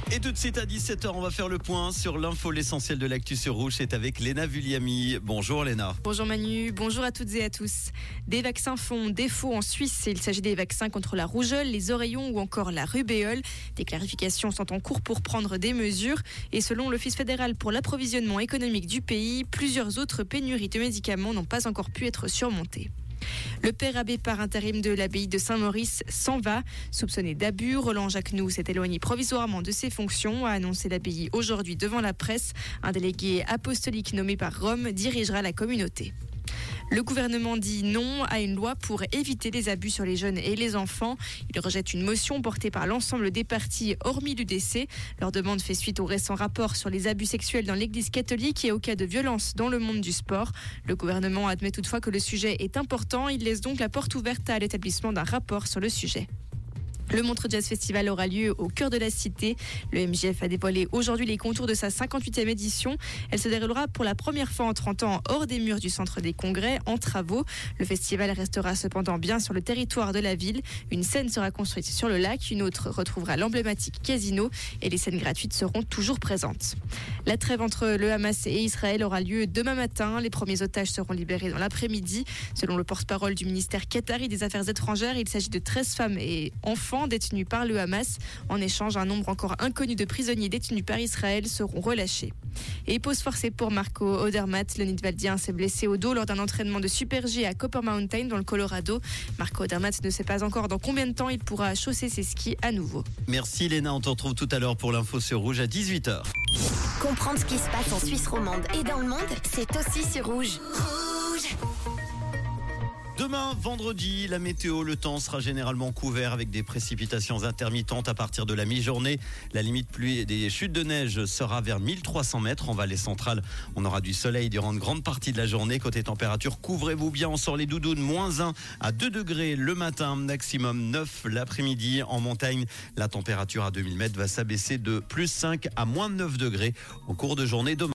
Et tout de suite à 17h, on va faire le point sur l'info, l'essentiel de l'actu sur Rouge. C'est avec Léna Vulliamy. Bonjour Léna. Bonjour Manu, bonjour à toutes et à tous. Des vaccins font défaut en Suisse. Il s'agit des vaccins contre la rougeole, les oreillons ou encore la rubéole. Des clarifications sont en cours pour prendre des mesures. Et selon l'Office fédéral pour l'approvisionnement économique du pays, plusieurs autres pénuries de médicaments n'ont pas encore pu être surmontées. Le père abbé par intérim de l'abbaye de Saint-Maurice s'en va. Soupçonné d'abus, Roland Jacquenoux s'est éloigné provisoirement de ses fonctions, a annoncé l'abbaye aujourd'hui devant la presse. Un délégué apostolique nommé par Rome dirigera la communauté. Le gouvernement dit non à une loi pour éviter les abus sur les jeunes et les enfants. Il rejette une motion portée par l'ensemble des partis, hormis l'UDC. Leur demande fait suite au récent rapport sur les abus sexuels dans l'église catholique et au cas de violence dans le monde du sport. Le gouvernement admet toutefois que le sujet est important. Il laisse donc la porte ouverte à l'établissement d'un rapport sur le sujet. Le Montreux Jazz Festival aura lieu au cœur de la cité. Le MJF a dévoilé aujourd'hui les contours de sa 58e édition. Elle se déroulera pour la première fois en 30 ans hors des murs du centre des congrès, en travaux. Le festival restera cependant bien sur le territoire de la ville. Une scène sera construite sur le lac, une autre retrouvera l'emblématique casino et les scènes gratuites seront toujours présentes. La trêve entre le Hamas et Israël aura lieu demain matin. Les premiers otages seront libérés dans l'après-midi. Selon le porte-parole du ministère qatari des Affaires étrangères, il s'agit de 13 femmes et enfants détenus par le Hamas. En échange, un nombre encore inconnu de prisonniers détenus par Israël seront relâchés. Et pause forcée pour Marco Odermatt. Le Nidwaldien s'est blessé au dos lors d'un entraînement de Super G à Copper Mountain dans le Colorado. Marco Odermatt ne sait pas encore dans combien de temps il pourra chausser ses skis à nouveau. Merci Léna, on te retrouve tout à l'heure pour l'info sur Rouge à 18h. Comprendre ce qui se passe en Suisse romande et dans le monde, c'est aussi sur Rouge. Demain, vendredi, la météo, le temps sera généralement couvert avec des précipitations intermittentes à partir de la mi-journée. La limite pluie et des chutes de neige sera vers 1300 mètres. En vallée centrale, on aura du soleil durant une grande partie de la journée. Côté température, couvrez-vous bien, on sort les doudounes. -1 à 2 degrés le matin, maximum 9 l'après-midi. En montagne, la température à 2000 mètres va s'abaisser de +5 à -9 degrés au cours de journée demain.